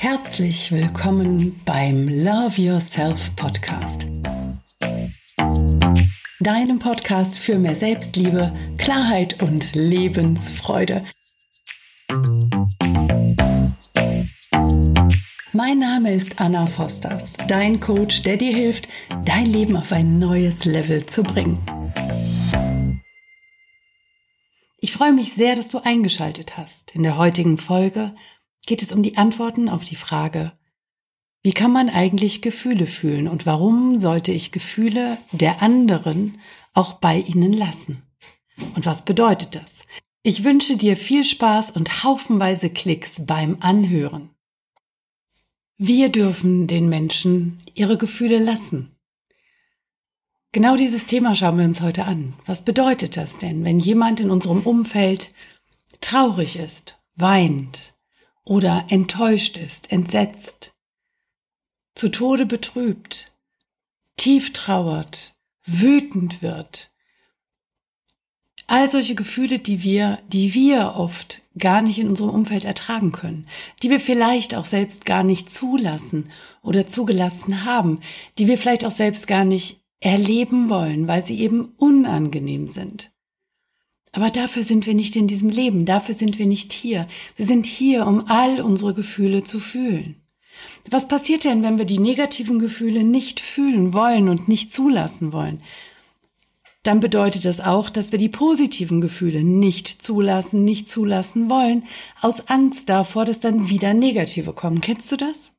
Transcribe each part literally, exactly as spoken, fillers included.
Herzlich willkommen beim Love Yourself Podcast. Deinem Podcast für mehr Selbstliebe, Klarheit und Lebensfreude. Mein Name ist Anna Fosters, dein Coach, der dir hilft, dein Leben auf ein neues Level zu bringen. Ich freue mich sehr, dass du eingeschaltet hast. In der heutigen Folge geht es um die Antworten auf die Frage, wie kann man eigentlich Gefühle fühlen und warum sollte ich Gefühle der anderen auch bei ihnen lassen? Und was bedeutet das? Ich wünsche dir viel Spaß und haufenweise Klicks beim Anhören. Wir dürfen den Menschen ihre Gefühle lassen. Genau dieses Thema schauen wir uns heute an. Was bedeutet das denn, wenn jemand in unserem Umfeld traurig ist, weint oder enttäuscht ist, entsetzt, zu Tode betrübt, tief trauert, wütend wird? All solche Gefühle, die wir, die wir oft gar nicht in unserem Umfeld ertragen können, die wir vielleicht auch selbst gar nicht zulassen oder zugelassen haben, die wir vielleicht auch selbst gar nicht erleben wollen, weil sie eben unangenehm sind. Aber dafür sind wir nicht in diesem Leben, dafür sind wir nicht hier. Wir sind hier, um all unsere Gefühle zu fühlen. Was passiert denn, wenn wir die negativen Gefühle nicht fühlen wollen und nicht zulassen wollen? Dann bedeutet das auch, dass wir die positiven Gefühle nicht zulassen, nicht zulassen wollen, aus Angst davor, dass dann wieder negative kommen. Kennst du das?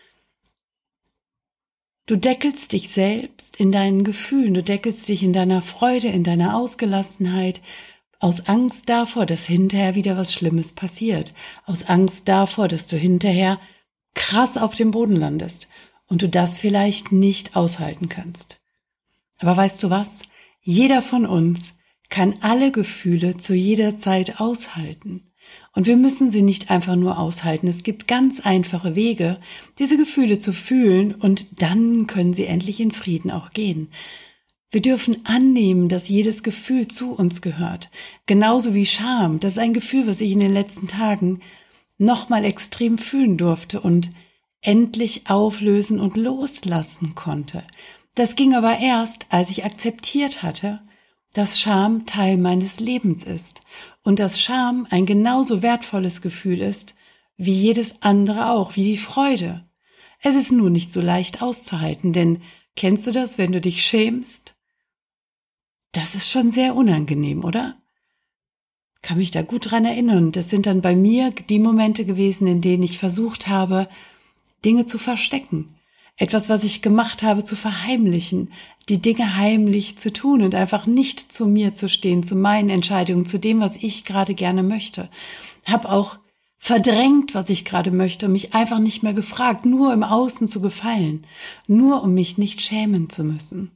Du deckelst dich selbst in deinen Gefühlen, du deckelst dich in deiner Freude, in deiner Ausgelassenheit, aus Angst davor, dass hinterher wieder was Schlimmes passiert, aus Angst davor, dass du hinterher krass auf dem Boden landest und du das vielleicht nicht aushalten kannst. Aber weißt du was? Jeder von uns kann alle Gefühle zu jeder Zeit aushalten. Und wir müssen sie nicht einfach nur aushalten. Es gibt ganz einfache Wege, diese Gefühle zu fühlen, und dann können sie endlich in Frieden auch gehen. Wir dürfen annehmen, dass jedes Gefühl zu uns gehört. Genauso wie Scham. Das ist ein Gefühl, was ich in den letzten Tagen nochmal extrem fühlen durfte und endlich auflösen und loslassen konnte. Das ging aber erst, als ich akzeptiert hatte, dass Scham Teil meines Lebens ist und dass Scham ein genauso wertvolles Gefühl ist wie jedes andere auch, wie die Freude. Es ist nur nicht so leicht auszuhalten, denn kennst du das, wenn du dich schämst? Das ist schon sehr unangenehm, oder? Kann mich da gut dran erinnern. Das sind dann bei mir die Momente gewesen, in denen ich versucht habe, Dinge zu verstecken. Etwas, was ich gemacht habe, zu verheimlichen, die Dinge heimlich zu tun und einfach nicht zu mir zu stehen, zu meinen Entscheidungen, zu dem, was ich gerade gerne möchte. Hab auch verdrängt, was ich gerade möchte, und mich einfach nicht mehr gefragt, nur im Außen zu gefallen, nur um mich nicht schämen zu müssen.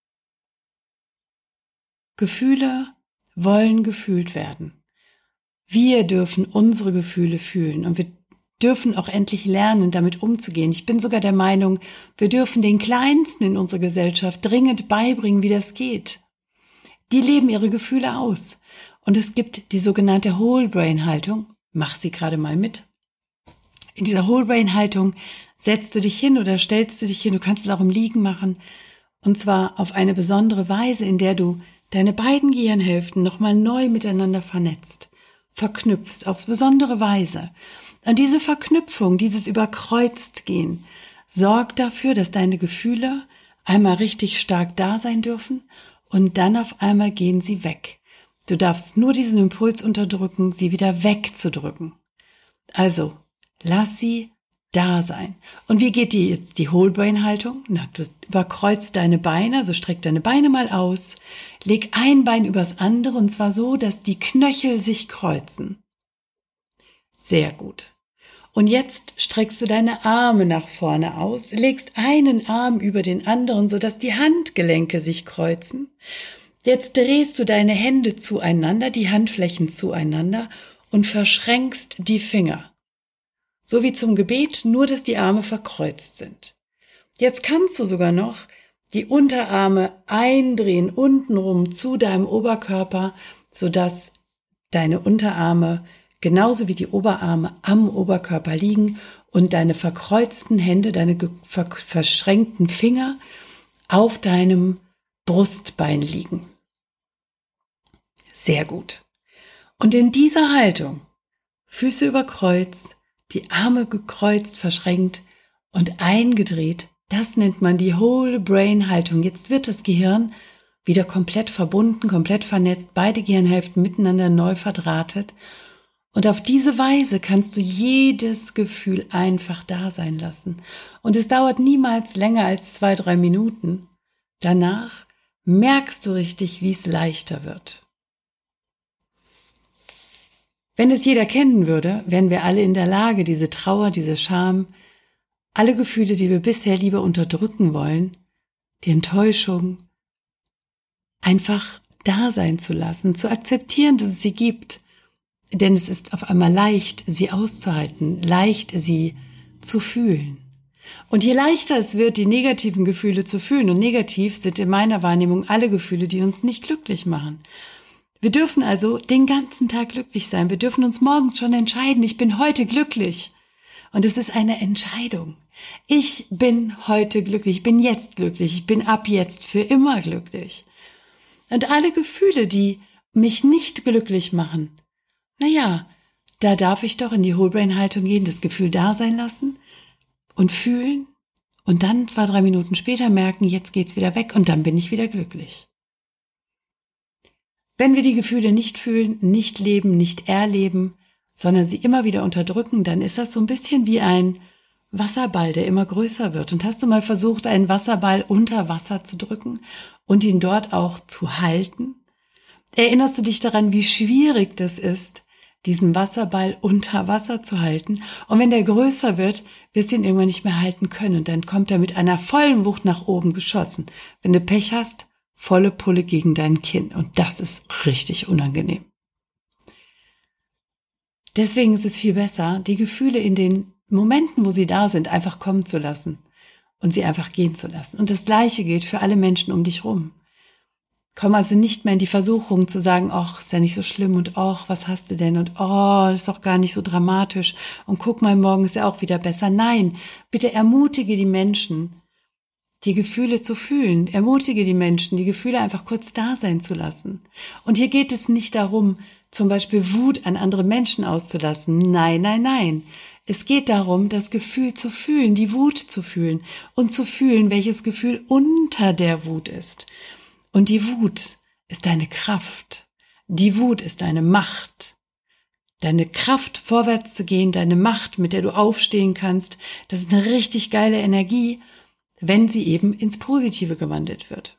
Gefühle wollen gefühlt werden. Wir dürfen unsere Gefühle fühlen und wir dürfen auch endlich lernen, damit umzugehen. Ich bin sogar der Meinung, wir dürfen den Kleinsten in unserer Gesellschaft dringend beibringen, wie das geht. Die leben ihre Gefühle aus. Und es gibt die sogenannte Whole Brain Haltung. Mach sie gerade mal mit. In dieser Whole Brain Haltung setzt du dich hin oder stellst du dich hin. Du kannst es auch im Liegen machen. Und zwar auf eine besondere Weise, in der du deine beiden Gehirnhälften nochmal neu miteinander vernetzt, verknüpfst auf besondere Weise. Und diese Verknüpfung, dieses Überkreuztgehen, sorgt dafür, dass deine Gefühle einmal richtig stark da sein dürfen und dann auf einmal gehen sie weg. Du darfst nur diesen Impuls unterdrücken, sie wieder wegzudrücken. Also, lass sie da sein. Und wie geht dir jetzt die Whole Brain Haltung? Na, du überkreuzt deine Beine, also streck deine Beine mal aus, leg ein Bein übers andere und zwar so, dass die Knöchel sich kreuzen. Sehr gut. Und jetzt streckst du deine Arme nach vorne aus, legst einen Arm über den anderen, sodass die Handgelenke sich kreuzen. Jetzt drehst du deine Hände zueinander, die Handflächen zueinander und verschränkst die Finger. So wie zum Gebet, nur dass die Arme verkreuzt sind. Jetzt kannst du sogar noch die Unterarme eindrehen, untenrum zu deinem Oberkörper, sodass deine Unterarme genauso wie die Oberarme am Oberkörper liegen und deine verkreuzten Hände, deine ver- verschränkten Finger auf deinem Brustbein liegen. Sehr gut. Und in dieser Haltung, Füße über Kreuz, die Arme gekreuzt, verschränkt und eingedreht, das nennt man die Whole Brain Haltung. Jetzt wird das Gehirn wieder komplett verbunden, komplett vernetzt, beide Gehirnhälften miteinander neu verdrahtet. Und auf diese Weise kannst du jedes Gefühl einfach da sein lassen. Und es dauert niemals länger als zwei, drei Minuten. Danach merkst du richtig, wie es leichter wird. Wenn es jeder kennen würde, wären wir alle in der Lage, diese Trauer, diese Scham, alle Gefühle, die wir bisher lieber unterdrücken wollen, die Enttäuschung, einfach da sein zu lassen, zu akzeptieren, dass es sie gibt. Denn es ist auf einmal leicht, sie auszuhalten, leicht, sie zu fühlen. Und je leichter es wird, die negativen Gefühle zu fühlen, und negativ sind in meiner Wahrnehmung alle Gefühle, die uns nicht glücklich machen. Wir dürfen also den ganzen Tag glücklich sein. Wir dürfen uns morgens schon entscheiden, ich bin heute glücklich. Und es ist eine Entscheidung. Ich bin heute glücklich, ich bin jetzt glücklich, ich bin ab jetzt für immer glücklich. Und alle Gefühle, die mich nicht glücklich machen, naja, da darf ich doch in die Whole Brain Haltung gehen, das Gefühl da sein lassen und fühlen und dann zwei, drei Minuten später merken, jetzt geht's wieder weg und dann bin ich wieder glücklich. Wenn wir die Gefühle nicht fühlen, nicht leben, nicht erleben, sondern sie immer wieder unterdrücken, dann ist das so ein bisschen wie ein Wasserball, der immer größer wird. Und hast du mal versucht, einen Wasserball unter Wasser zu drücken und ihn dort auch zu halten? Erinnerst du dich daran, wie schwierig das ist, diesen Wasserball unter Wasser zu halten? Und wenn der größer wird, wirst du ihn irgendwann nicht mehr halten können. Und dann kommt er mit einer vollen Wucht nach oben geschossen. Wenn du Pech hast, volle Pulle gegen dein Kinn. Und das ist richtig unangenehm. Deswegen ist es viel besser, die Gefühle in den Momenten, wo sie da sind, einfach kommen zu lassen und sie einfach gehen zu lassen. Und das Gleiche gilt für alle Menschen um dich rum. Komm also nicht mehr in die Versuchung zu sagen, ach, ist ja nicht so schlimm und ach, was hast du denn und oh, das ist doch gar nicht so dramatisch und guck mal, morgen ist ja auch wieder besser. Nein, bitte ermutige die Menschen, die Gefühle zu fühlen. Ermutige die Menschen, die Gefühle einfach kurz da sein zu lassen. Und hier geht es nicht darum, zum Beispiel Wut an andere Menschen auszulassen. Nein, nein, nein. Es geht darum, das Gefühl zu fühlen, die Wut zu fühlen und zu fühlen, welches Gefühl unter der Wut ist. Und die Wut ist deine Kraft. Die Wut ist deine Macht. Deine Kraft, vorwärts zu gehen, deine Macht, mit der du aufstehen kannst, das ist eine richtig geile Energie, wenn sie eben ins Positive gewandelt wird.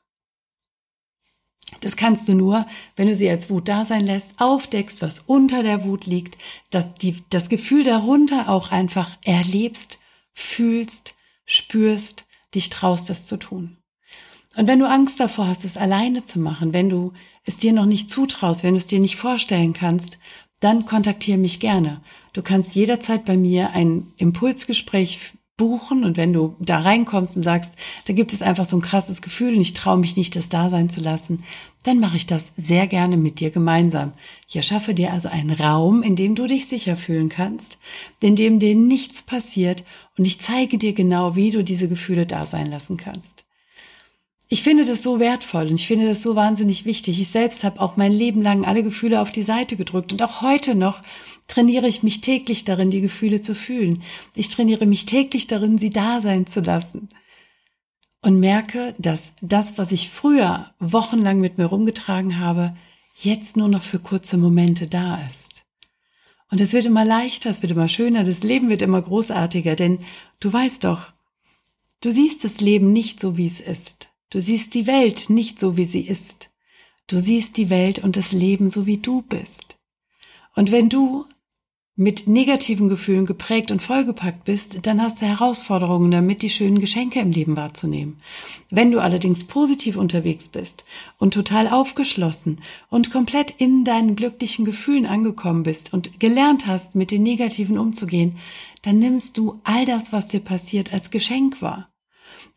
Das kannst du nur, wenn du sie als Wut da sein lässt, aufdeckst, was unter der Wut liegt, dass die, das Gefühl darunter auch einfach erlebst, fühlst, spürst, dich traust, das zu tun. Und wenn du Angst davor hast, es alleine zu machen, wenn du es dir noch nicht zutraust, wenn du es dir nicht vorstellen kannst, dann kontaktiere mich gerne. Du kannst jederzeit bei mir ein Impulsgespräch buchen und wenn du da reinkommst und sagst, da gibt es einfach so ein krasses Gefühl und ich traue mich nicht, das da sein zu lassen, dann mache ich das sehr gerne mit dir gemeinsam. Ich erschaffe dir also einen Raum, in dem du dich sicher fühlen kannst, in dem dir nichts passiert und ich zeige dir genau, wie du diese Gefühle da sein lassen kannst. Ich finde das so wertvoll und ich finde das so wahnsinnig wichtig. Ich selbst habe auch mein Leben lang alle Gefühle auf die Seite gedrückt und auch heute noch trainiere ich mich täglich darin, die Gefühle zu fühlen. Ich trainiere mich täglich darin, sie da sein zu lassen und merke, dass das, was ich früher wochenlang mit mir rumgetragen habe, jetzt nur noch für kurze Momente da ist. Und es wird immer leichter, es wird immer schöner, das Leben wird immer großartiger, denn du weißt doch, du siehst das Leben nicht so, wie es ist. Du siehst die Welt nicht so, wie sie ist. Du siehst die Welt und das Leben so, wie du bist. Und wenn du mit negativen Gefühlen geprägt und vollgepackt bist, dann hast du Herausforderungen damit, die schönen Geschenke im Leben wahrzunehmen. Wenn du allerdings positiv unterwegs bist und total aufgeschlossen und komplett in deinen glücklichen Gefühlen angekommen bist und gelernt hast, mit den negativen umzugehen, dann nimmst du all das, was dir passiert, als Geschenk wahr.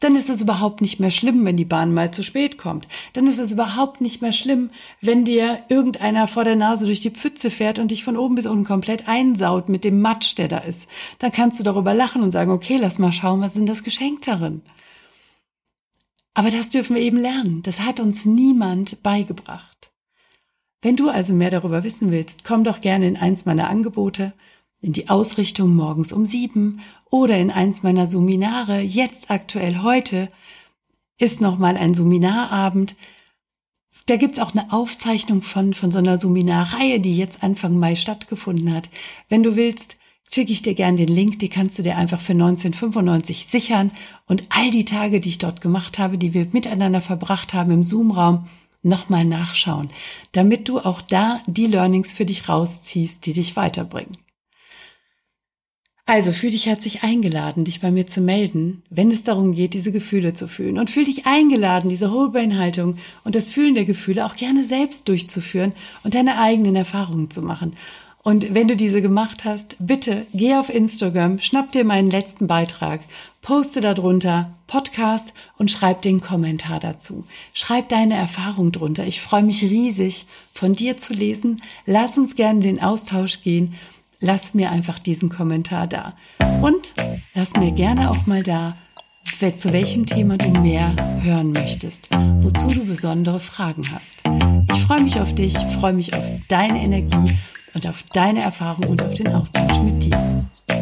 Dann ist es überhaupt nicht mehr schlimm, wenn die Bahn mal zu spät kommt. Dann ist es überhaupt nicht mehr schlimm, wenn dir irgendeiner vor der Nase durch die Pfütze fährt und dich von oben bis unten komplett einsaut mit dem Matsch, der da ist. Dann kannst du darüber lachen und sagen, okay, lass mal schauen, was ist denn das Geschenk darin? Aber das dürfen wir eben lernen. Das hat uns niemand beigebracht. Wenn du also mehr darüber wissen willst, komm doch gerne in eins meiner Angebote, in die Ausrichtung morgens um sieben oder in eins meiner Seminare. Jetzt aktuell heute ist nochmal ein Seminarabend. Da gibt's auch eine Aufzeichnung von, von so einer Seminarreihe, die jetzt Anfang Mai stattgefunden hat. Wenn du willst, schicke ich dir gern den Link, die kannst du dir einfach für neunzehnhundertfünfundneunzig sichern und all die Tage, die ich dort gemacht habe, die wir miteinander verbracht haben im Zoom-Raum, nochmal nachschauen, damit du auch da die Learnings für dich rausziehst, die dich weiterbringen. Also fühl dich herzlich eingeladen, dich bei mir zu melden, wenn es darum geht, diese Gefühle zu fühlen. Und fühl dich eingeladen, diese Whole-Brain-Haltung und das Fühlen der Gefühle auch gerne selbst durchzuführen und deine eigenen Erfahrungen zu machen. Und wenn du diese gemacht hast, bitte geh auf Instagram, schnapp dir meinen letzten Beitrag, poste darunter Podcast und schreib den Kommentar dazu. Schreib deine Erfahrung drunter. Ich freue mich riesig, von dir zu lesen. Lass uns gerne in den Austausch gehen. Lass mir einfach diesen Kommentar da. Und lass mir gerne auch mal da, zu welchem Thema du mehr hören möchtest, wozu du besondere Fragen hast. Ich freue mich auf dich, freue mich auf deine Energie und auf deine Erfahrung und auf den Austausch mit dir.